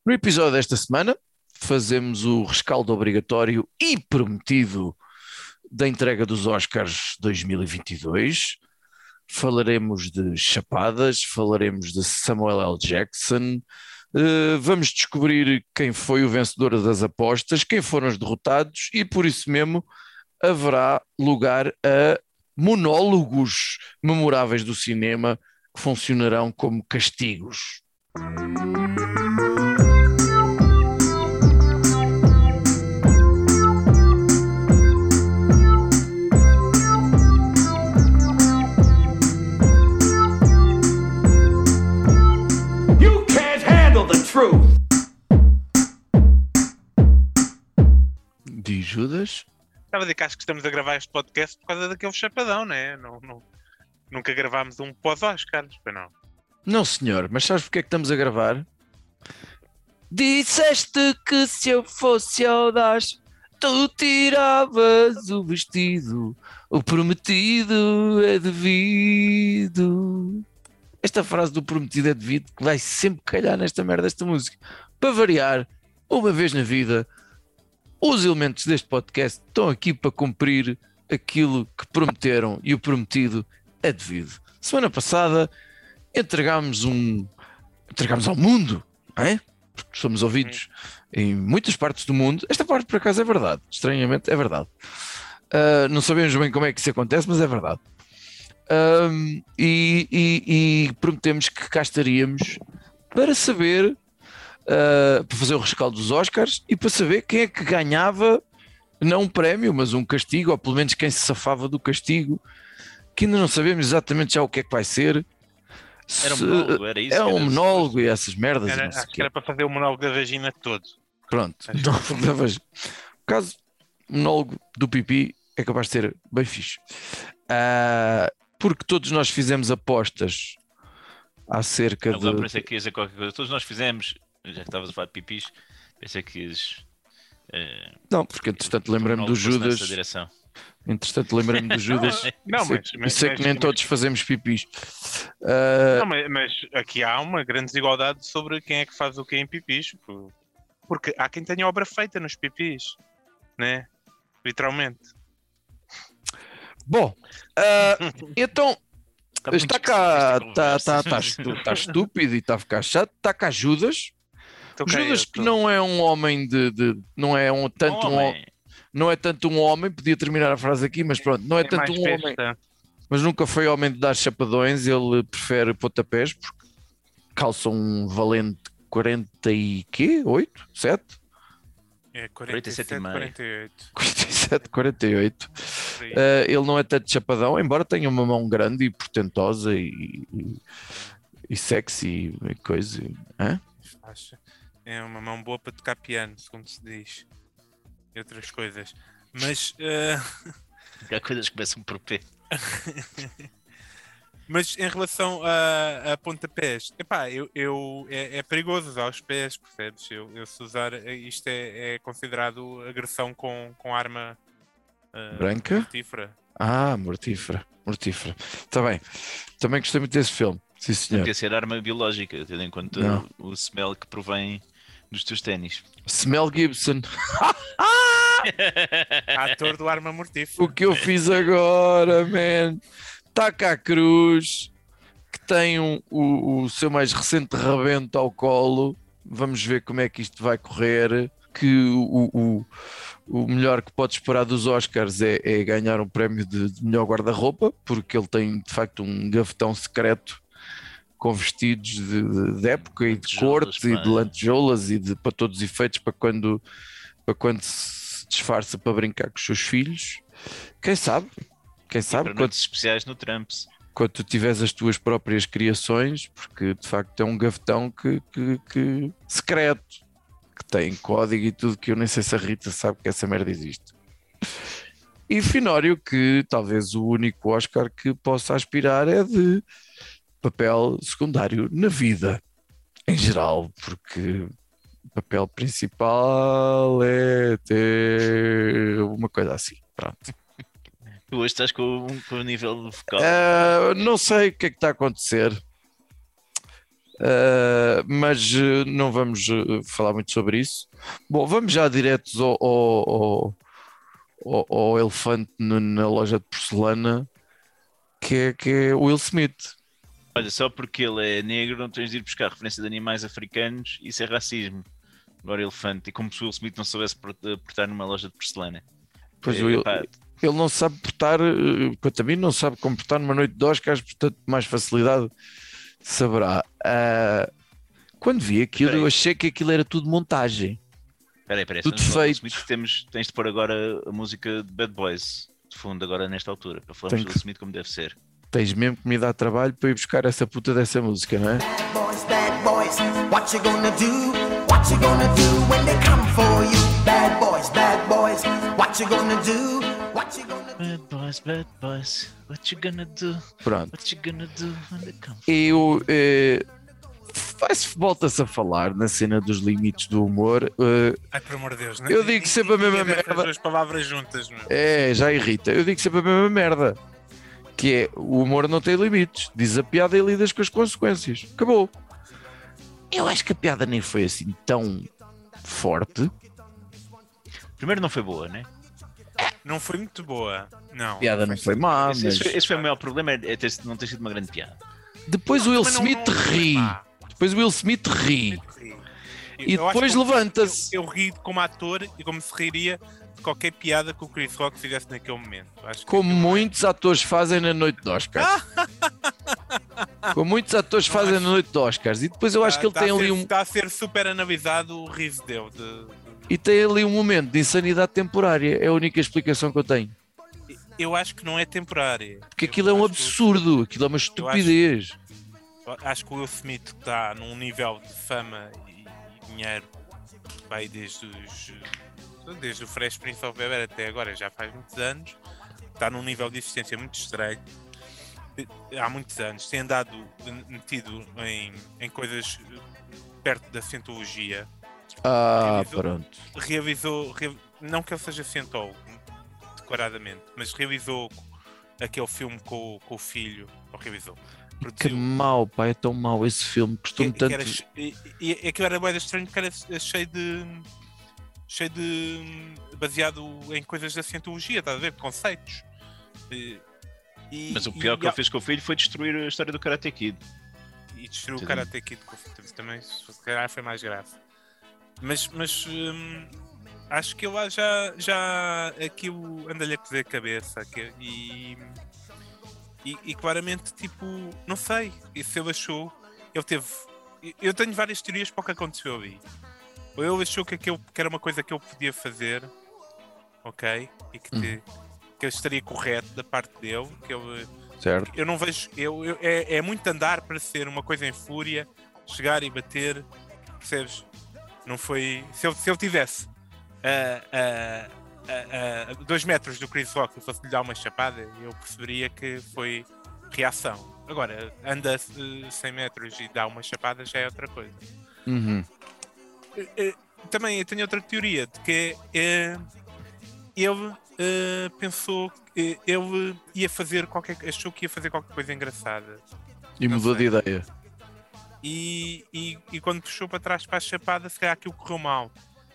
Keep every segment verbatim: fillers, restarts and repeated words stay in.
No episódio desta semana, fazemos o rescaldo obrigatório e prometido da entrega dos Oscars dois mil e vinte e dois. Falaremos de chapadas, falaremos de Samuel L. Jackson, uh, vamos descobrir quem foi o vencedor das apostas, quem foram os derrotados e por isso mesmo haverá lugar a monólogos memoráveis do cinema que funcionarão como castigos. De Judas? Estava a dizer que acho que estamos a gravar este podcast por causa daquele chapadão, né? não, não Nunca gravámos um pós-Oscars, pois não? Não, senhor, mas sabes porque é que estamos a gravar? Disseste que se eu fosse audaz, tu tiravas o vestido, o prometido é devido. Esta frase do prometido é devido que vai sempre calhar nesta merda desta música. Para variar, uma vez na vida, os elementos deste podcast estão aqui para cumprir aquilo que prometeram e o prometido é devido. Semana passada entregámos um entregámos ao mundo, não é? Porque somos ouvidos em muitas partes do mundo. Esta parte por acaso é verdade, estranhamente é verdade. Uh, não sabemos bem como é que isso acontece, mas é verdade. Um, e, e, e prometemos que cá estaríamos para saber, uh, para fazer o rescaldo dos Oscars e para saber quem é que ganhava, não um prémio, mas um castigo, ou pelo menos quem se safava do castigo, que ainda não sabemos exatamente já o que é que vai ser. Era um monólogo, era isso? É um era monólogo e essas merdas. Era, não sei acho que quê. era para fazer o monólogo da vagina todo. Pronto, no caso, o monólogo do pipi é capaz de ser bem fixe. Uh, porque todos nós fizemos apostas acerca Agora de... pensei que ia dizer qualquer coisa. Todos nós fizemos, já que estavas a falar de pipis, pensei que ias... Uh, não, porque entretanto lembrei-me do Judas. Entretanto lembrei-me do Judas. Não, sei, mas, mas, e sei mas, que nem mas, todos fazemos pipis. Uh, não, mas, mas aqui há uma grande desigualdade sobre quem é que faz o que em pipis. Porque há quem tenha obra feita nos pipis, né? Literalmente. Bom, uh, então Tá está cá, está tá, tá, tá estúpido e está a ficar chato. Está cá Judas. Então, Judas eu, que não é um homem de, de não é um tanto um, homem. não é tanto um homem, podia terminar a frase aqui, mas pronto, não é, é tanto um besta. homem, mas nunca foi homem de dar chapadões. Ele prefere pontapés porque calça um valente quarenta e quê? oito? sete? É quarenta e sete e meio. quarenta e oito. quarenta e sete, quarenta e oito. Uh, ele não é tanto chapadão, embora tenha uma mão grande e portentosa e, e, e sexy e coisa. Hã? É uma mão boa para tocar piano, como se diz. E outras coisas. Mas... Uh... Há coisas que começam por P. Mas em relação a, a pontapés, epá, eu, eu, é, é perigoso usar os pés, percebes? Eu, eu se usar, isto é, é considerado agressão com, com arma uh, branca? Mortífera. Ah, mortífera, mortífera. Está bem. Também gostei muito desse filme. Sim, senhor. Podia ser arma biológica, tendo em conta Não. o, o smell que provém dos teus ténis. Smell Gibson. Ator do Arma Mortífera. O que eu fiz agora, man. Está cá a Cruz, que tem um, o, o seu mais recente rebento ao colo. Vamos ver como é que isto vai correr. Que o, o, o melhor que pode esperar dos Oscars é, é ganhar um prémio de, de melhor guarda-roupa, porque ele tem de facto um gavetão secreto com vestidos de, de, de época e de corte e de lantejoulas e de, para todos os efeitos, para quando, para quando se disfarça para brincar com os seus filhos. Quem sabe? Quem sabe? Quando especiais no Trumps. Quando tu tiveres as tuas próprias criações, porque de facto é um gavetão que, que, que secreto, que tem código e tudo, que eu nem sei se a Rita sabe que essa merda existe. E Finório, que talvez o único Oscar que possa aspirar é de papel secundário na vida, em geral, porque o papel principal é ter uma coisa assim, pronto. Tu hoje estás com, com o nível vocal. Uh, não sei o que é que está a acontecer. Uh, mas uh, não vamos uh, falar muito sobre isso. Bom, vamos já diretos ao, ao, ao, ao- ao elefante no- na loja de porcelana, que é, que é o Will Smith. Olha, só porque ele é negro, não tens de ir buscar referência de animais africanos, isso é racismo. Agora elefante, e como se o Will Smith não soubesse por- eh, portar numa loja de porcelana. Pois Eh, o Will- pá, ele não sabe portar, uh, quanto a mim, não sabe comportar numa noite de Oscars, portanto, mais facilidade saberá. Uh, quando vi aquilo, Peraí. eu achei que aquilo era tudo montagem. Peraí, peraí, Tudo vamos falar do Will feito. Smith, temos, tens de pôr agora a música de Bad Boys de fundo, agora nesta altura, para falarmos Tem do que- Will Smith como deve ser. Tens mesmo que me dar trabalho para ir buscar essa puta dessa música, não é? Bad boys, bad boys, what you gonna do? What you gonna do when they come for you? Bad boys, bad boys, what you gonna do? What you gonna do? Bad boys, bad boys, what you gonna do? Pronto. What you gonna do when they come? Eu eh, vai-se- volta-se a falar na cena dos limites do humor. eh, Ai, por amor de Deus, Eu digo sempre a mesma merda. merda. As duas palavras juntas, meu. é, já irrita. Eu digo sempre a mesma merda. Que é, o humor não tem limites. Diz a piada e lidas com as consequências. Acabou. Eu acho que a piada nem foi assim tão forte. Primeiro não foi boa, né? Não foi muito boa. Não. A piada não foi assim. má, Esse, mas esse foi, esse foi o maior problema, é ter, não ter sido uma grande piada. depois o Will Também não- Smith não foi ri. má. Depois o Will Smith ri. E Eu acho depois que eu- levanta-se. Eu, eu ri como ator e como se riria de qualquer piada que o Chris Rock fizesse naquele momento. Acho que Como aquilo- muitos atores fazem na noite de Oscars. Como muitos atores Não fazem acho- na noite de Oscars. E depois eu acho que ele Está tem a ser- ali um, Está a ser super analisado o riso dele. de- de- e tem ali um momento de insanidade temporária. É a única explicação que eu tenho. Eu acho que não é temporária. Porque Eu aquilo é um acho que o- absurdo. Aquilo é uma estupidez. Acho que o Will Smith está num nível de fama e, e dinheiro vai desde os desde o Fresh Prince of Bel-Air até agora, já faz muitos anos, está num nível de existência muito estranho. Há muitos anos tem andado metido em, em coisas perto da cientologia. Ah, Realizou- pronto. Realizou, re- não que ele seja cientólogo declaradamente, mas realizou aquele filme com, o- com o filho, ou realizou. Que Produziu. mau, pá. É tão mau esse filme. Que, Costumo que tanto. era, che- e, e, e aquilo era bué de estranho porque era cheio de cheio de baseado em coisas da cientologia, estás a ver? Conceitos. E, e- Mas o pior e, que ele fez com o filho foi destruir a história do Karate Kid. e destruiu o Sim. Karate Kid com o filme também, se calhar foi mais grave. Mas, mas hum, acho que ele já, já aquilo anda-lhe a cozer a cabeça que- e, e, e claramente, tipo, não sei, e se ele achou, ele teve. Eu tenho várias teorias para o que aconteceu ali. Ou ele achou que, aquilo, que era uma coisa que ele podia fazer, ok? E que, te- que ele estaria correto da parte dele, que ele. Certo. Eu não vejo. Eu, eu- é, é muito andar para ser uma coisa em fúria, chegar e bater, percebes? Não foi. Se eu, se eu tivesse a, a, a, a dois metros do Chris Rock e fosse lhe dar uma chapada, eu perceberia que foi reação. Agora, anda eh, cem metros e dá uma chapada já é outra coisa. Uhum. Eh, eh, Também eu tenho outra teoria de que eh, ele eh, pensou que ele ia fazer qualquer achou que ia fazer qualquer coisa engraçada. E Não mudou de sei. ideia. E, e, e quando puxou para trás para a chapada, se calhar aquilo correu mal.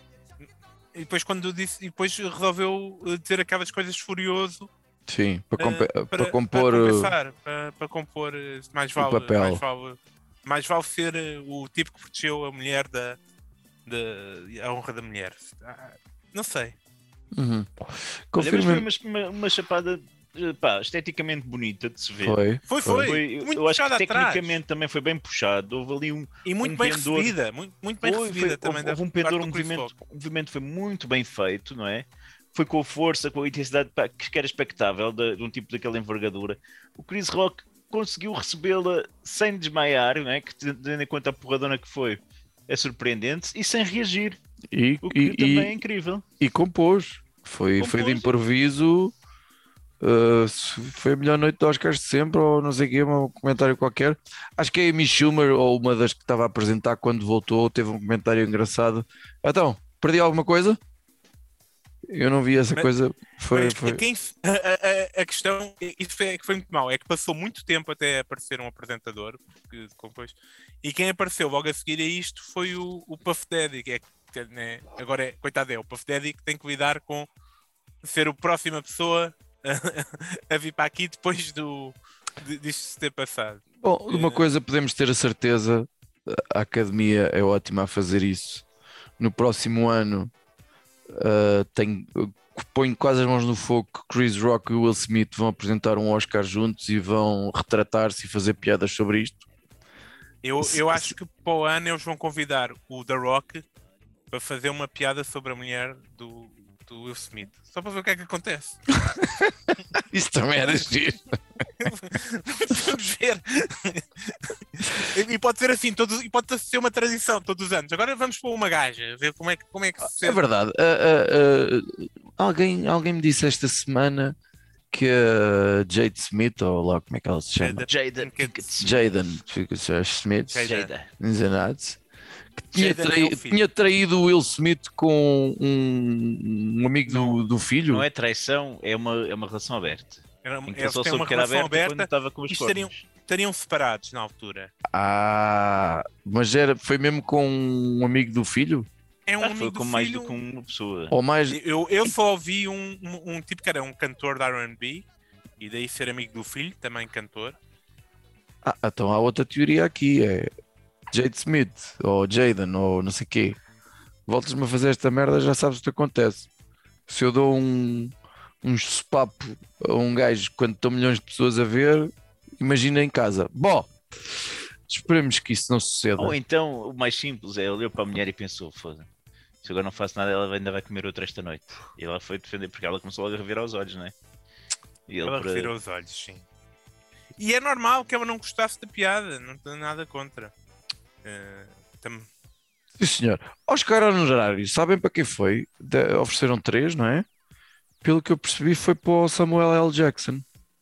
E depois quando disse, e depois resolveu eh, dizer aquelas coisas furioso Sim, para, eh, compe- para compor. para, uh, compensar, para, para compor eh, mais vale, papel. mais vale mais vale ser eh, o tipo que protegeu a mulher da, da a honra da mulher. Ah, não sei. Uhum. Olha, mas Confirma. foi uma, uma, uma chapada eh, pá, esteticamente bonita de se ver. Foi. Foi, foi. Foi- eu- Muito eu acho que puxado atrás. tecnicamente também foi bem puxado. Houve ali um, E muito um bem pendor. recebida, muito, muito bem Foi, recebida foi- também. houve, da houve um parte pendor, do um Chris movimento, Rock. um movimento foi muito bem feito, não é? Foi com a força, com a intensidade pá, que era expectável de, de um tipo daquela envergadura. O Chris Rock conseguiu recebê-la sem desmaiar, não é? Que tendo em conta a porradona que foi, é surpreendente, e sem reagir, E, o que e, também e- é incrível. e compôs. Foi, foi de Compôs. improviso. uh, se foi a melhor noite de Oscars de sempre, ou não sei o quê, um comentário qualquer. Acho que a Amy Schumer, ou uma das que estava a apresentar quando voltou, teve um comentário engraçado. Então, perdi alguma coisa? Eu não vi essa Mas- coisa. Foi, Mas foi... quem se- a, a- a questão, isso foi, é que foi muito mau, é que passou muito tempo até aparecer um apresentador que compôs, e quem apareceu logo a seguir a isto foi o, o Puff Daddy, que é, que, né, agora é, coitado é, o Puff Daddy que tem que lidar com ser o próxima pessoa a, a vir para aqui depois do, de, disto se ter passado. Bom, de uma coisa podemos ter a certeza, a Academia é ótima a fazer isso. No próximo ano, uh, tem, ponho quase as mãos no fogo que Chris Rock e Will Smith vão apresentar um Oscar juntos e vão retratar-se e fazer piadas sobre isto. Eu, Se- eu se- acho que para o ano eles vão convidar o The Rock para fazer uma piada sobre a mulher do, do Will Smith, só para ver o que é que acontece. Isso também era giro. Vamos ver. E pode ser assim, todos, e pode ser uma tradição todos os anos. Agora vamos pôr uma gaja, ver como é que, como é que se É verdade. Uh, uh, uh, alguém, alguém me disse esta semana que a Jade Smith, ou lá como é que ela se chama? Jada Pinkett Pinkett Smith. Jaden Smith, Jada. Jada. enganados, que tinha, Jaden é o traído, filho. tinha traído o Will Smith com um, um amigo do, do filho. Não é traição, é uma, é uma relação aberta. Era- Em que ele Eles só têm soube uma que era relação aberta, quando aberta, estava com os e estariam, cornos. estariam separados na altura. Ah, mas era, foi mesmo com um amigo do filho? É um Ah, foi amigo com do mais filho. do que uma pessoa. Ou mais. Eu, eu só ouvi um, um, um tipo que era um cantor da R and B e daí ser amigo do filho, também cantor. Ah, então há outra teoria aqui: é Jade Smith, ou Jaden, ou não sei o quê. Voltas-me a fazer esta merda, já sabes o que acontece. Se eu dou um, um sopapo a um gajo quando estão milhões de pessoas a ver, imagina em casa. Bom, esperemos que isso não suceda. Ou então, o mais simples é, ele olhou para a mulher e pensou, foda, se agora não faço nada, ela ainda vai comer outra esta noite. E ela foi defender, porque ela começou logo a revirar os olhos, não é? E ele Ela para... revirou os olhos, sim. E é normal que ela não gostasse da piada, não tenho nada contra. Eh, tam- Sim, senhor. Oscar honorário, sabem para quem foi? De- ofereceram três, não é? Pelo que eu percebi, foi para o Samuel L. Jackson.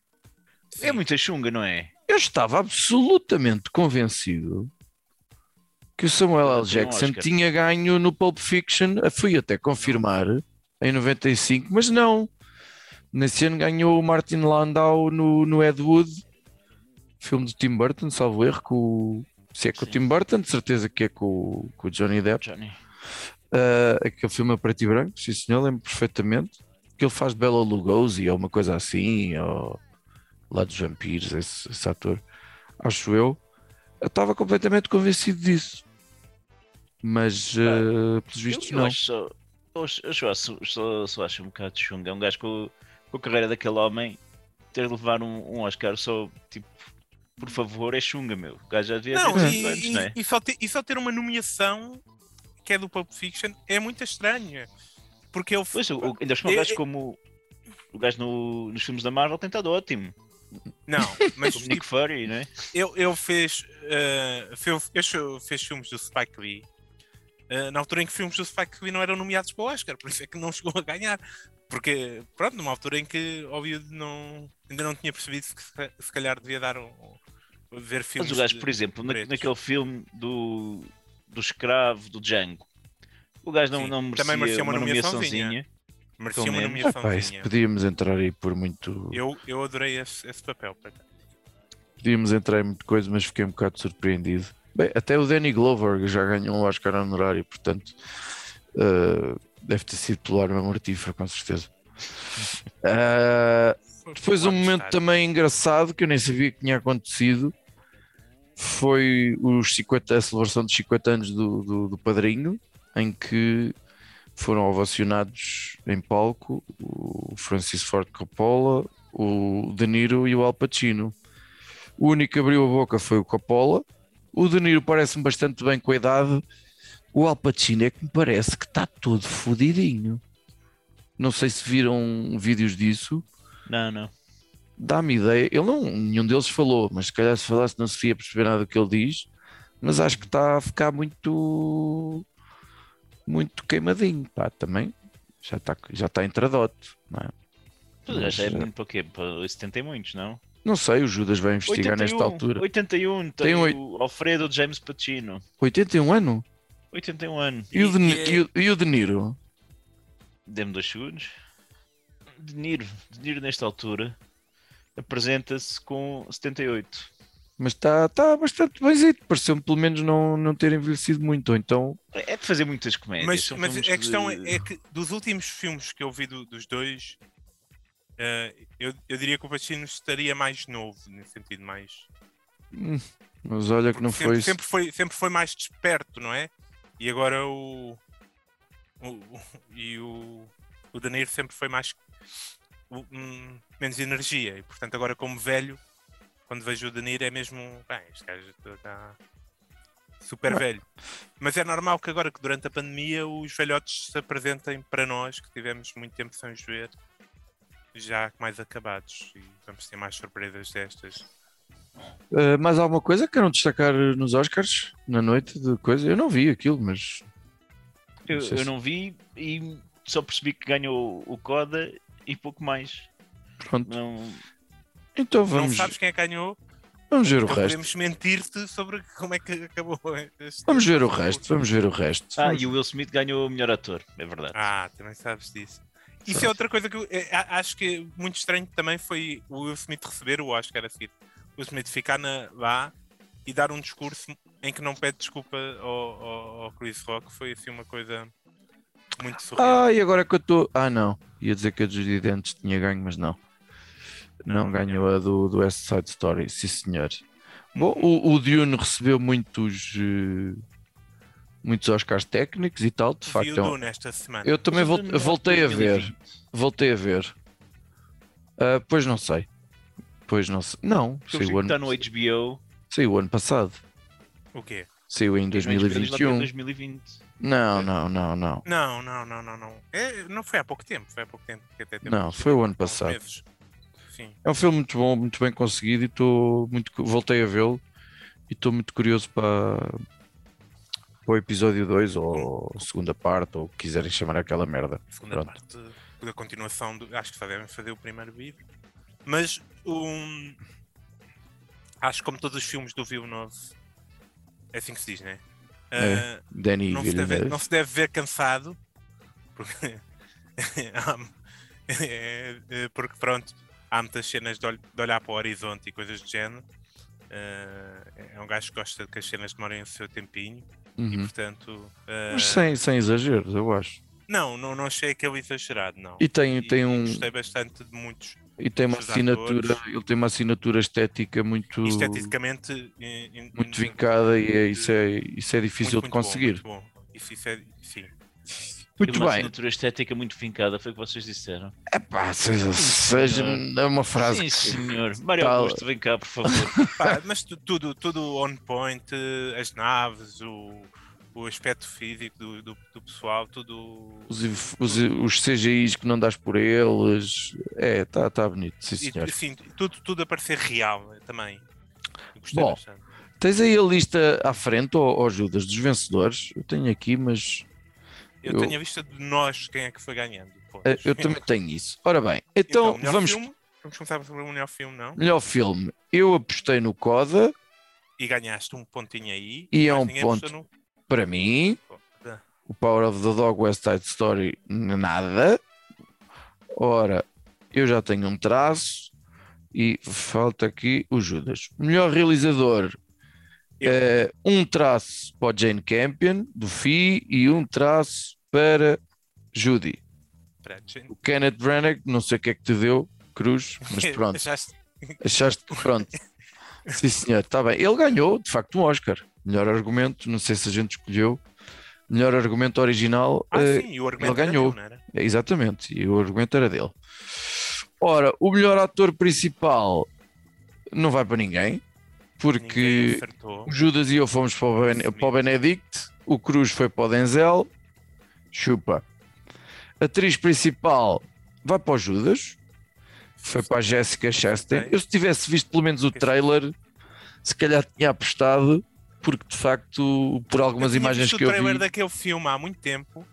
É muita chunga, não é? Eu estava absolutamente convencido que o Samuel L. Ele tem um Jackson Oscar. tinha ganho no Pulp Fiction. Fui até confirmar em noventa e cinco, mas não. Nesse ano ganhou o Martin Landau no, no Ed Wood, filme de Tim Burton, salvo erro, com o... se é com o Sim. Tim Burton, de certeza que é com, o- com o Johnny Depp. Johnny. Uh, aquele filme a preto e branco, sim senhor, lembro perfeitamente. Que ele faz Bela Lugosi ou uma coisa assim, ou lá dos vampiros, esse, esse ator, acho eu. Eu estava completamente convencido disso, mas uh, pelos vistos Eu, eu não. acho só, eu, acho- eu só, acho- só, só acho um bocado chunga. É um gajo com, com a carreira daquele homem ter de levar um, um Oscar só, tipo, por favor, é chunga, meu. O gajo já devia Não, ter e, sido antes, e- não é? e só ter, e só ter uma nomeação que é do Pulp Fiction é muito estranho. Porque ele Pois, o, o- ainda por cima, o Eu- gajo eu- como o gajo no- nos filmes da Marvel tem estado ótimo. Não, mas Como Nick tipo, Fury, não é? ele, ele fez, eh, fez, fez, fez filmes do Spike Lee eh, na altura em que filmes do Spike Lee não eram nomeados para o Oscar, por isso é que não chegou a ganhar. Porque, pronto, numa altura em que Hollywood não, ainda não tinha percebido que se, se calhar devia dar um, um- ver filmes. Mas o gajo, de- por exemplo, na- pretos. naquele filme do, do escravo, do Django, o gajo não, Sim, não merecia, também merecia uma uma nomeaçãozinha. nomeaçãozinha. merecia pelo uma menos. Ah, pá, isso nomeaçãozinha. podíamos entrar aí por muito. Eu, eu adorei esse, esse papel. por acaso. Podíamos entrar em muita coisa, mas fiquei um bocado surpreendido. Bem, até o Danny Glover já ganhou um Oscar honorário, portanto uh, deve ter sido pelo Arma Mortífera, com certeza. Uh, Foi- Depois foi um lá momento estar. também engraçado que eu nem sabia que tinha acontecido foi os cinquenta, a celebração dos cinquenta anos do, do, do Padrinho, em que foram ovacionados em palco o Francis Ford Coppola, o De Niro e o Al Pacino. O único que abriu a boca foi o Coppola. O De Niro parece-me bastante bem com a idade. O Al Pacino é que me parece que está todo fodidinho. Não sei se viram vídeos disso. Não, não. Dá-me ideia, ele não, nenhum deles falou, mas se calhar se falasse não se ia perceber nada do que ele diz, mas acho que está a ficar muito muito queimadinho, pá, também já está já está entradote, não é? Mas o gajo é Mas, menino para o quê? Para setenta e muitos, não? Não sei, o Judas vai investigar nesta altura. oitenta e um, tem, Tem oi- o Alfredo James Pacino. oitenta e um anos? oitenta e um anos. E, o de, E- e, o, e o De Niro? Dê-me dois segundos. De Niro, De Niro nesta altura apresenta-se com setenta e oito. Mas está tá bastante benzito. Pareceu-me pelo menos não, não ter envelhecido muito. Ou então, É de fazer muitas comédias. Mas, são mas filmes a questão de- é, é que dos últimos filmes que eu vi do- dos dois, eh, eu, eu diria que o Pacino estaria mais novo, nesse sentido, mais. hum, mas olha que não sempre, foi. sempre foi sempre foi mais desperto, não é? E agora o, o, o- e o, o De Niro sempre foi mais o- hum, menos energia, e portanto agora como velho, quando vejo o De Niro é mesmo, bem, este gajo está super Não. velho. Mas é normal que agora que durante a pandemia os velhotes se apresentem para nós, que tivemos muito tempo sem os ver, já mais acabados, e vamos ter mais surpresas destas. Uh, mais alguma coisa que queiram destacar nos Oscars na noite de coisa? Eu não vi aquilo, mas Eu, sei eu se- não vi e só percebi que ganhou o Coda e pouco mais. pronto. Não, Então Não vamos, sabes quem é que ganhou? vamos ver o Então resto. podemos mentir-te sobre como é que acabou este... Vamos ver o resto. Vamos ver o resto. Ah, Vamos- e o Will Smith ganhou o melhor ator, é verdade. Ah, também sabes disso. Isso Sabe. é outra coisa que eu eh, a- acho que é muito estranho também foi o Will Smith receber o Oscar a seguir. O Will Smith ficar na, lá e dar um discurso em que não pede desculpa ao, ao, ao Chris Rock foi assim uma coisa muito surreal. Ah, e agora que eu estou. Ah, não. Ia dizer que a dos Didentes tinha ganho, mas não. Não, Não, ganhou a do, do West Side Story, sim senhor. Bom, o, o Dune recebeu muitos, eh, muitos Oscars técnicos e tal, de Vi facto. o é um- Dune esta semana. Eu também Mas o vol- Dune voltei a é de ver. dois mil e vinte. Voltei a ver. Ah, pois não sei. Pois não sei. Não, Porque eu saiu vi o que está ano, no H B O. saiu o ano passado. O quê? Saiu em dois mil e vinte e um. dois mil e vinte. Não, não, não, não. Não, não, não, não, não. É, não foi há pouco tempo, foi há pouco tempo. que até teve- Não, foi o ano há uns passado. meses. Sim. É um filme muito bom, muito bem conseguido e estou muito. cu- Voltei a vê-lo e estou muito curioso para, para o episódio dois ou a segunda parte, ou o que quiserem chamar aquela merda. Segunda Pronto. parte da continuação do. Acho que só devem fazer o primeiro vídeo. Mas um, acho que como todos os filmes do Villeneuve, é assim que se diz, né? É, Ah, Danny não, se deve, Villeneuve. não se deve ver cansado, porque, há- é, é, porque pronto, há muitas cenas de, ol- de olhar para o horizonte e coisas do género. Ah, é um gajo que gosta que as cenas demorem o seu tempinho, e Uhum. portanto. ah, Mas sem, sem exageros, eu acho. não, não, não achei aquele exagerado, não. E tem, tem, E um, gostei bastante de muitos. e tem uma dos assinatura, atores. ele tem uma assinatura estética muito, Esteticamente in- in- muito vincada e é, isso, é, isso é difícil muito, de conseguir. Muito bom, muito bom. Isso, isso é, sim. Muito uma bem. assinatura estética muito fincada, foi o que vocês disseram. Epá, seja, seja é uma frase Sim, que senhor. Mário Tal- Augusto, vem cá, por favor. Pá, mas tu- tudo, tudo on point, eh, as naves, o, o aspecto físico do, do, do pessoal, tudo. os, os, os C G Is que não dás por eles. É, está tá bonito, sim E, senhor. assim, tudo, tudo a parecer real eh, também. Gostei Bom, bastante. Tens aí a lista à frente, ó ó, Judas, dos vencedores? Eu tenho aqui, mas Eu, eu- tenho a vista de nós quem é que foi ganhando. Pois. eh, eu também tenho isso. Ora bem, então, melhor vamos. filme? Vamos começar pelo melhor filme, não? Melhor filme. Eu apostei no Coda, E ganhaste um pontinho aí. E é mais um ninguém ponto. apostou para mim. no- O Power of the Dog, West Side Story, nada. Ora, eu já tenho um traço e falta aqui o Judas. Melhor realizador, Eu. eh, um traço para o Jane Campion, do F I, e um traço para Judy. Espera, gente. O Kenneth Branagh, não sei o que é que te deu, Cruz, mas pronto, Achaste- achaste que pronto. Sim, senhor, está bem. Ele ganhou, de facto, um Oscar. Melhor argumento, não sei se a gente escolheu. Melhor argumento original. Ah, eh, sim, e o argumento ele era ganhou. dele, não era? É, exatamente, e o argumento era dele. Ora, o melhor ator principal não vai para ninguém, Ninguém porque acertou. o Judas e eu fomos para o, Ben- para o Benedict, o Cruz foi para o Denzel, chupa. Atriz principal vai para o Judas, foi para a Jessica Chastain. Eu, se tivesse visto pelo menos o trailer, se calhar tinha apostado, porque de facto, por algumas eu tinha imagens visto que o eu trailer vi. daquele filme há muito tempo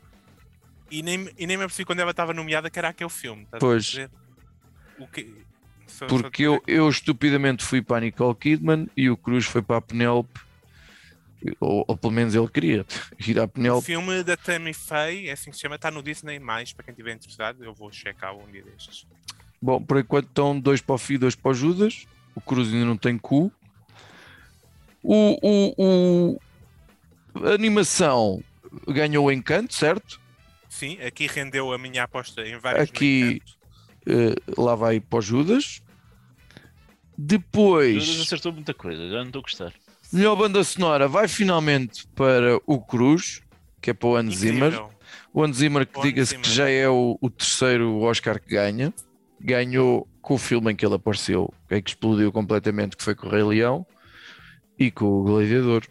e nem, e nem me apercebi quando ela estava nomeada que era aquele filme. estás a Pois. perceber? O que... só- só Porque te eu, dizer eu estupidamente fui para a Nicole Kidman e o Cruz foi para a Penélope Ou, ou pelo menos ele queria ir à O Penélope. filme da Tammy Faye, é assim que se chama, está no Disney+, para quem estiver interessado, eu vou checar um dia destes. Bom, por enquanto estão dois para o Fi, dois para o Judas. O Cruz ainda não tem cu. O, o, o... A animação ganhou o Encanto, certo? Sim, aqui rendeu a minha aposta em vários no Aqui Encanto. uh, lá vai para o Judas. Judas Depois, acertou muita coisa, já não estou a gostar. melhor banda sonora vai finalmente para o Cruz, que é para o Hans Zimmer. Incrível. O Hans Zimmer, que O Hans diga-se que Zimmer. já é o, o terceiro Oscar que ganha. Ganhou com o filme em que ele apareceu, em que explodiu completamente, que foi com o Rei Leão e com o Gladiador.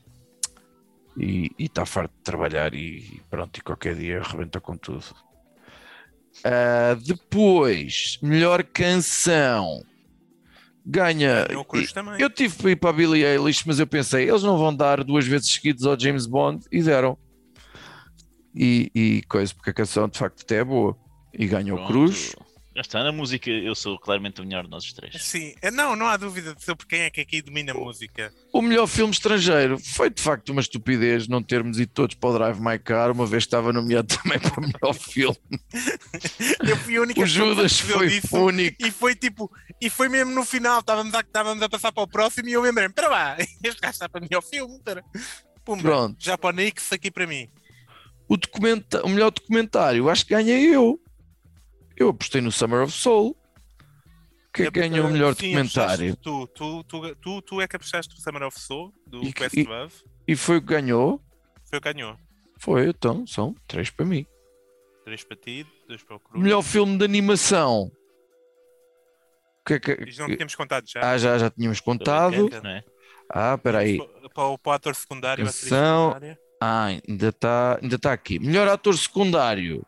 E está farto de trabalhar e pronto, e qualquer dia arrebenta com tudo. Ah, depois, melhor canção. Ganha. Ganhou o Cruz também. Eu tive para ir para a Billie Eilish, mas eu pensei, eles não vão dar duas vezes seguidas ao James Bond, e deram. E, e coisa, porque a canção de facto até é boa. E ganhou o Pronto. Cruz. Já está, na música eu sou claramente o melhor de nós os três. Sim, é, não, não há dúvida sobre quem é que aqui domina a música. O melhor filme estrangeiro foi de facto uma estupidez não termos ido todos para o Drive My Car, uma vez que estava nomeado também para o melhor filme. Eu fui a única O pessoa que Judas percebeu foi disso. único. E foi tipo, e foi mesmo no final, estávamos a, estávamos a passar para o próximo e eu lembrei-me, espera lá, este gajo está para mim ao filme, espera. Pumba, Pronto. já para o Nix aqui para mim. O, documenta... o melhor documentário, acho que ganhei eu. Eu apostei no Summer of Soul. Que é que ganhou o melhor Sim, documentário? apostaste Tu, tu, tu, tu, tu é que apostaste no Summer of Soul, do E que- Quest e- Love, E foi o que ganhou? foi o que ganhou. Foi, então, são três para mim. Três para ti, dois para o Cruz. Melhor filme de animação. O que é que... Isto não tínhamos contado já. Ah, já, já tínhamos contado. Não é? Ah, espera aí. Para o, para o ator secundário, a atriz Atenção. secundária. Ah, ainda está ainda tá aqui. Melhor ator secundário.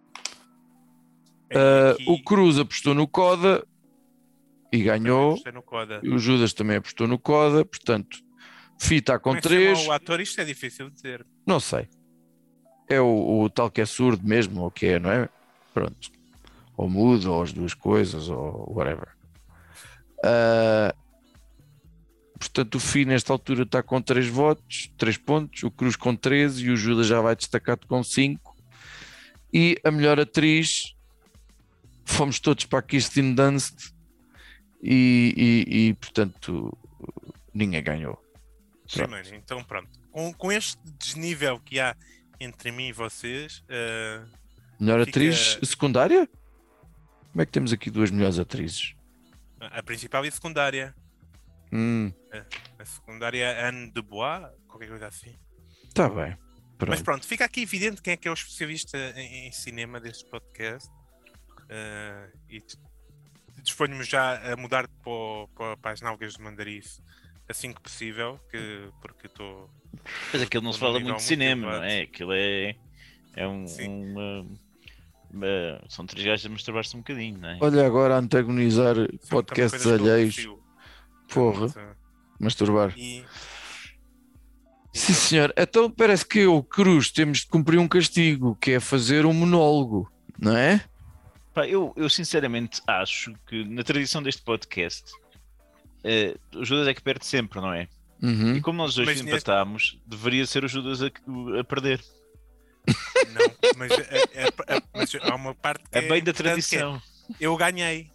É Ah, aqui- o Cruz apostou no Coda e ganhou. Apostei no Coda. E o Judas também apostou no Coda. Portanto, Fi está com Como é que se chama três. o ator? Isto é difícil de dizer. Não sei. É o, o tal que é surdo mesmo, ou que é, não é? Pronto. Ou mudo, ou as duas coisas, ou whatever. Ah, portanto, o Fi nesta altura está com três votos, três pontos. O Cruz com treze e o Judas já vai destacado com cinco. E a melhor atriz, fomos todos para a Kirsten Dunst e, e, e portanto, ninguém ganhou. Sim, Pronto. mano, então pronto. Com, com este desnível que há entre mim e vocês, eh, Melhor Fica- atriz secundária? Como é que temos aqui duas melhores atrizes? a principal e a secundária. Hum, A secundária é Anne de Bois, qualquer coisa assim. tá bem. Pronto. Mas pronto, fica aqui evidente quem é que é o especialista em, em cinema deste podcast. Eh, e t- disponho-me já a mudar para, o- para, para as nalgas de Mandarice assim que possível, que, porque estou. Mas aquilo não se Estou num fala nível muito de muito cinema, não elevado. é? Aquilo é. É um. Sim. uma- uma- são três gajos a masturbar-se um bocadinho, não é? Olha agora a antagonizar são também podcasts coisas que eu alheios. aprecio. Porra, Portanto, masturbar. E, Sim, senhor. Então parece que eu, Cruz, temos de cumprir um castigo, que é fazer um monólogo, não é? Pá, eu, eu sinceramente acho que na tradição deste podcast eh, o Judas é que perde sempre, não é? Uhum. E como nós dois Mas neste- empatámos, deveria ser o Judas a, a perder. não, mas, é- é- é- mas há uma parte que É bem da importante, que é, tradição. eu ganhei.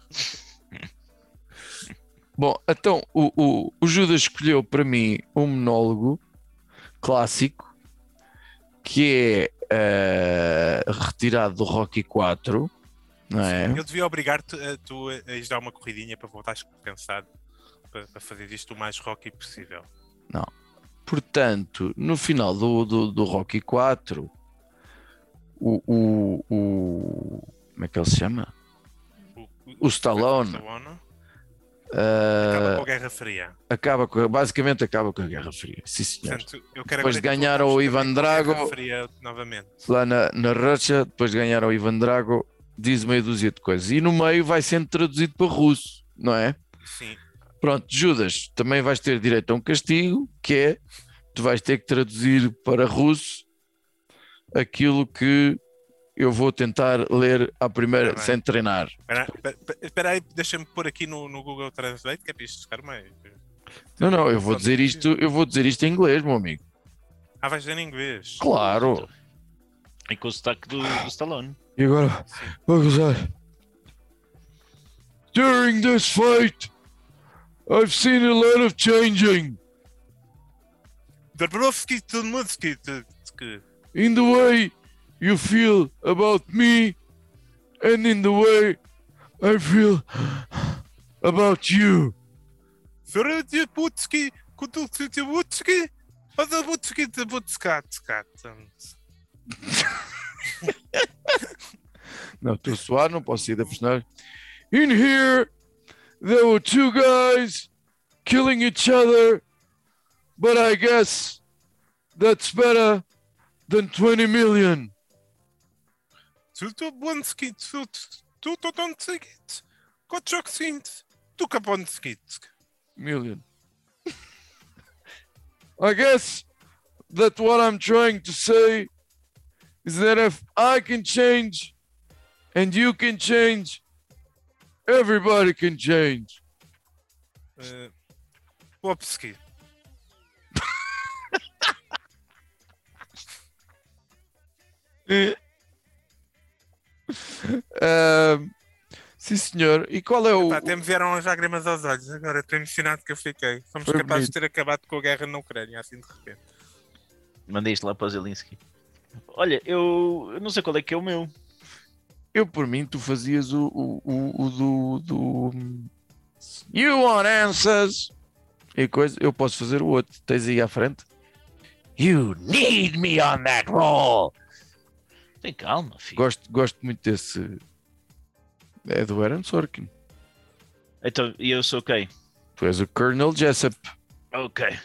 Bom, então o, o, o Judas escolheu para mim um monólogo clássico que é eh, retirado do Rocky quatro, não é? Eu devia obrigar-te a tu a a ires dar uma corridinha para voltares compensado para, para fazer isto o mais rocky possível. Portanto, no final do, do, do Rocky quatro, o, o, o. Como é que ele se chama? O, O Stallone. Stallone Eh, acaba com a Guerra Fria. acaba com, basicamente acaba com a Guerra Fria. Sim, senhor. Portanto, eu quero Depois agora de que tu ganhar acabes o também Ivan com a Guerra Drago. Fria novamente. Lá na, na Rússia, depois de ganhar o Ivan Drago, diz meia dúzia de coisas. E no meio vai sendo traduzido para russo, não é? Sim. Pronto, Judas, também vais ter direito a um castigo, que é, tu vais ter que traduzir para russo aquilo que eu vou tentar ler à primeira, Tá bem. sem treinar. Espera, espera- espera aí, deixa-me pôr aqui no, no Google Translate, que é para isto ficar mais. Não, não, eu vou dizer isto, eu vou dizer isto em inglês, meu amigo. Ah, vais dizer em inglês. Claro. E com o sotaque do, do Stallone. E agora, vou gozar. During this fight, I've seen a lot of changing Dobrovsky to Mutsky. in the way you feel about me and in the way I feel about you. Sorry, Putsky, Kututsky, Wutsky, other Wutsky, the Wutskat. Não, estou a suar, não posso sair da personagem. In here, there were two guys killing each other, but I guess that's better than twenty million. Tutobonsky, Tutotonsky, Kochoksint, Tukabonsky. Million. I guess that what I'm trying to say is that if I can change and you can change, everybody can change. Popsky. Ahm, sim, senhor. E qual é o. Pá, até me vieram as lágrimas aos olhos. Agora estou emocionado que eu fiquei. Somos Foi capazes bonito. de ter acabado com a guerra na Ucrânia, assim de repente. Mandei isto lá para o Zelensky. Olha, eu, eu não sei qual é que é o meu. Eu, por mim, tu fazias o, o, o, o do, do. You want answers? E coisa, eu posso fazer o outro. Tens aí à frente? You need me on that roll. Tem calma, filho. Gosto, gosto muito desse. É do Aaron Sorkin. Então, e eu sou quem? Tu és o Colonel Jessup. Okay.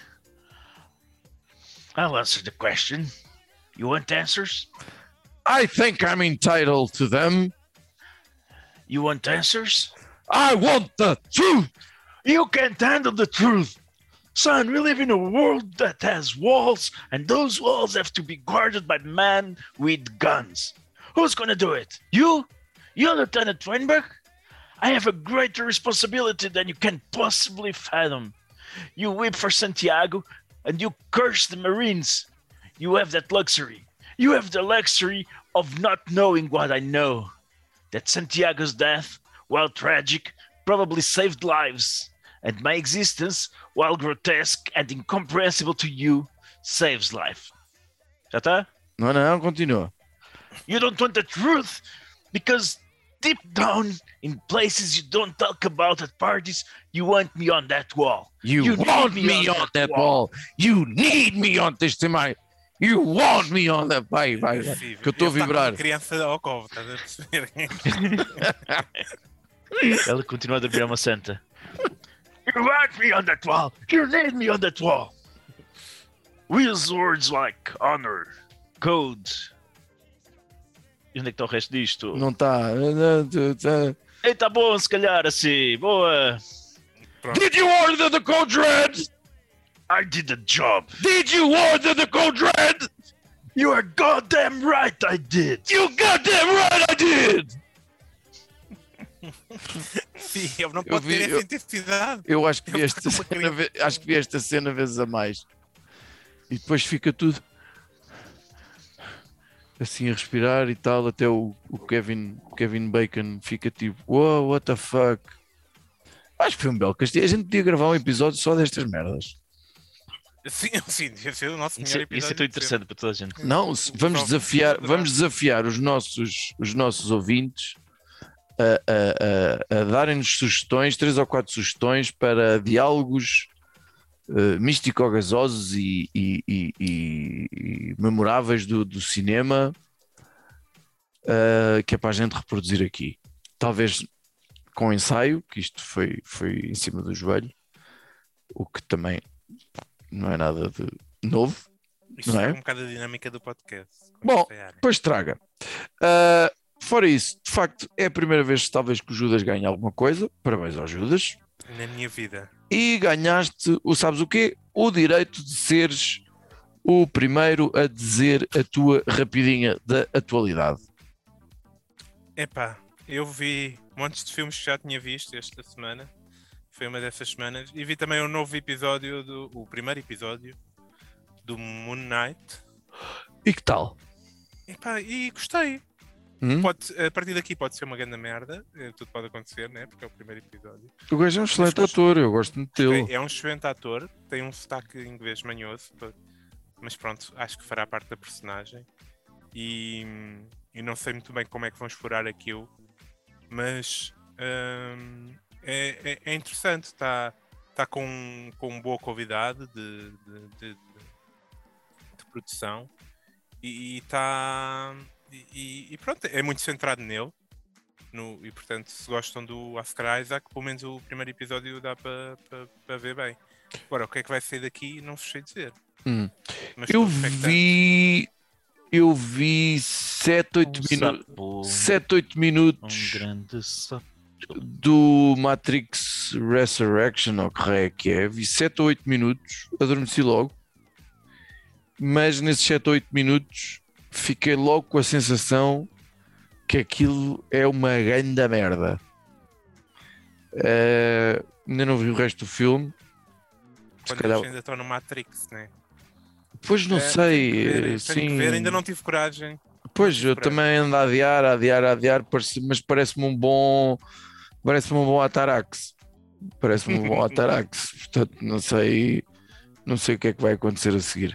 I'll answer the question. You want answers? I think I'm entitled to them. You want answers? I want the truth. You can't handle the truth. Son, we live in a world that has walls, and those walls have to be guarded by men with guns. Who's gonna do it? You? You, Lieutenant Weinberg? I have a greater responsibility than you can possibly fathom. You weep for Santiago, and you curse the Marines. You have that luxury. You have the luxury of not knowing what I know. That Santiago's death, while tragic, probably saved lives. And my existence, while grotesque and incomprehensible to you, saves life. Já tá? Não, não, continua. You don't want the truth because deep down in places you don't talk about at parties, you want me on that wall. You, You want need me on that wall. You need me on this time. You want me on that. Vai, vai, vai. Sim, Que eu estou a ele tá com vibrar. uma criança ao colo, estás a perceber? Ela continua a dormir uma santa. You want me on that wall. You need me on that wall. We use words like honor, code. E onde é que está o resto disto? Não está. Ei, tá bom, se calhar assim. Boa. Did you order the code red? I did the job. Did you order the code red? You are goddamn right I did. You goddamn right I did. Sim, ele não Eu pode vi- ter eu- essa intensidade. Eu acho que vi Eu esta tô com uma cena, ve- acho que vi esta cena vezes a mais. E depois fica tudo assim a respirar e tal, até o, o Kevin, o Kevin Bacon fica tipo, wow, what the fuck. Acho que foi um belo castigo. A gente podia gravar um episódio só destas merdas. Sim, sim, devia ser o nosso Isso, melhor é- isso episódio. é tão de interessante para toda a gente. Não, se- vamos Só- desafiar, só- vamos desafiar os nossos, os nossos ouvintes a, a, a, a darem-nos sugestões, três ou quatro sugestões para diálogos uh, místico-gasosos e, e, e, e- e memoráveis do, do cinema, uh, que é para a gente reproduzir aqui. Talvez com ensaio, que isto foi, foi em cima do joelho, o que também não é nada de novo. Isto não é é? um bocado a dinâmica do podcast. Bom, Ensaiar. Pois traga. Uh, fora isso, de facto, é a primeira vez talvez que o Judas ganha alguma coisa. Parabéns ao Judas. Na minha vida. E ganhaste, o sabes o quê? O direito de seres o primeiro a dizer a tua rapidinha da atualidade. Epá, eu vi montes de filmes que já tinha visto esta semana Foi uma dessas semanas. E vi também um novo episódio, do, o primeiro episódio do Moon Knight. E que tal? E, pá, e gostei. Hum? Pode, a partir daqui pode ser uma grande merda. eh, Tudo pode acontecer, né? Porque é o primeiro episódio. O gajo é um excelente Mas- ator, eu gosto muito dele. É, é um excelente ator. Tem um sotaque inglês manhoso. pá, Mas pronto, acho que fará parte da personagem. E, e não sei muito bem como é que vão explorar aquilo. Mas hum, é, é- é interessante. Está tá com, com boa qualidade de, de, de- de- de produção. E está. E, e pronto, é muito centrado nele. No, e portanto, se gostam do Oscar Isaac, pelo menos o primeiro episódio dá para pa, pa ver bem. Agora, o que é que vai sair daqui, não sei dizer. Hum. Mas Eu estou expectante. vi. Eu vi sete, oito Um minutos. sapo, sete, oito minutos um grande sapo. do Matrix Resurrection, ou que raio é que é. Vi sete ou oito minutos, adormeci logo. Mas nesses sete ou oito minutos fiquei logo com a sensação que aquilo é uma grande merda. Eh, ainda não vi o resto do filme. Se Quando calhar- eles ainda estão no Matrix, né? Pois não É, sei. tenho que ver, eh, tenho sim. que ver, ainda não tive coragem. Pois, tive eu coragem. também ando a adiar, a adiar, a adiar, parece- mas parece-me um bom. Parece-me um bom Atarax. Parece-me um bom Atarax. Portanto, não sei. Não sei o que é que vai acontecer a seguir.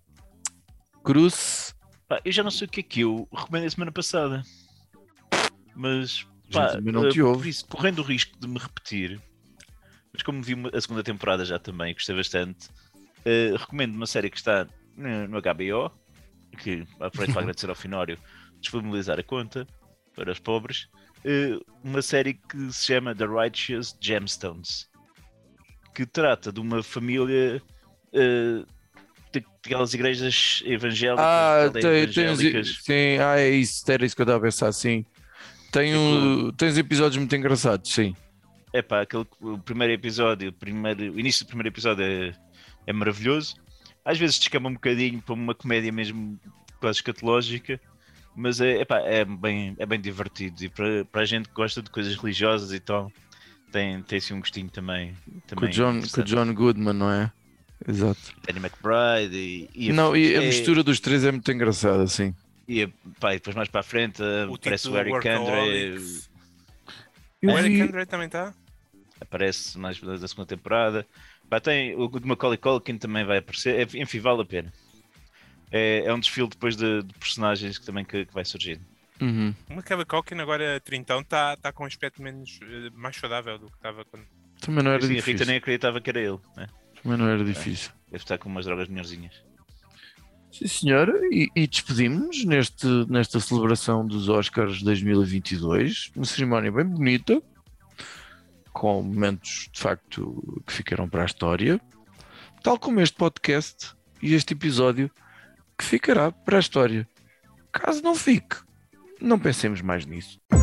Cruz. Pá, eu já não sei o que é que eu recomendei semana passada. Mas, Já pá, também não eh, te ouve. por isso, correndo o risco de me repetir, mas como vi uma- a segunda temporada já também, gostei bastante, eh, recomendo uma série que está no, no H B O, que aproveito para agradecer ao Finório disponibilizar a conta para os pobres, eh, uma série que se chama The Righteous Gemstones, que trata de uma família eh, de- daquelas igrejas evangélicas, Ah, aldeias tem, tens, evangélicas. sim, ah, é isso, era isso que eu estava a pensar, sim. Tem um, tens episódios muito engraçados, sim. É pá, aquele, o primeiro episódio, o, primeiro, o início do primeiro episódio é, é maravilhoso. Às vezes descama um bocadinho para uma comédia mesmo quase escatológica, mas é, epá, é, bem, é bem divertido. E para, para a gente que gosta de coisas religiosas e tal, tem, tem assim um gostinho também. Com também o John, com o interessante. John Goodman, não é? Exato. Danny McBride e, e Não, e a é- mistura dos três é muito engraçada, sim. E, pá, e depois mais para a frente O aparece título o Eric Andre, Workaholics. Eu O Eric vi- Andre também está? aparece mais da segunda temporada. Pá, tem, o de Macaulay Culkin também vai aparecer. É, enfim, vale a pena. É, é um desfile depois de, de personagens que também que, que vai surgir. Uhum. O Macaulay Culkin agora trintão está tá com um aspecto menos, eh, mais saudável do que estava quando... Também não era Assim, a difícil. Rita nem acreditava que era ele. Né? Também não era difícil. Deve estar com umas drogas melhorzinhas. Sim, senhora, e, e despedimos-nos neste, nesta celebração dos Oscars dois mil e vinte e dois, uma cerimónia bem bonita, com momentos de facto que ficaram para a história, tal como este podcast e este episódio que ficará para a história. Caso não fique, não pensemos mais nisso.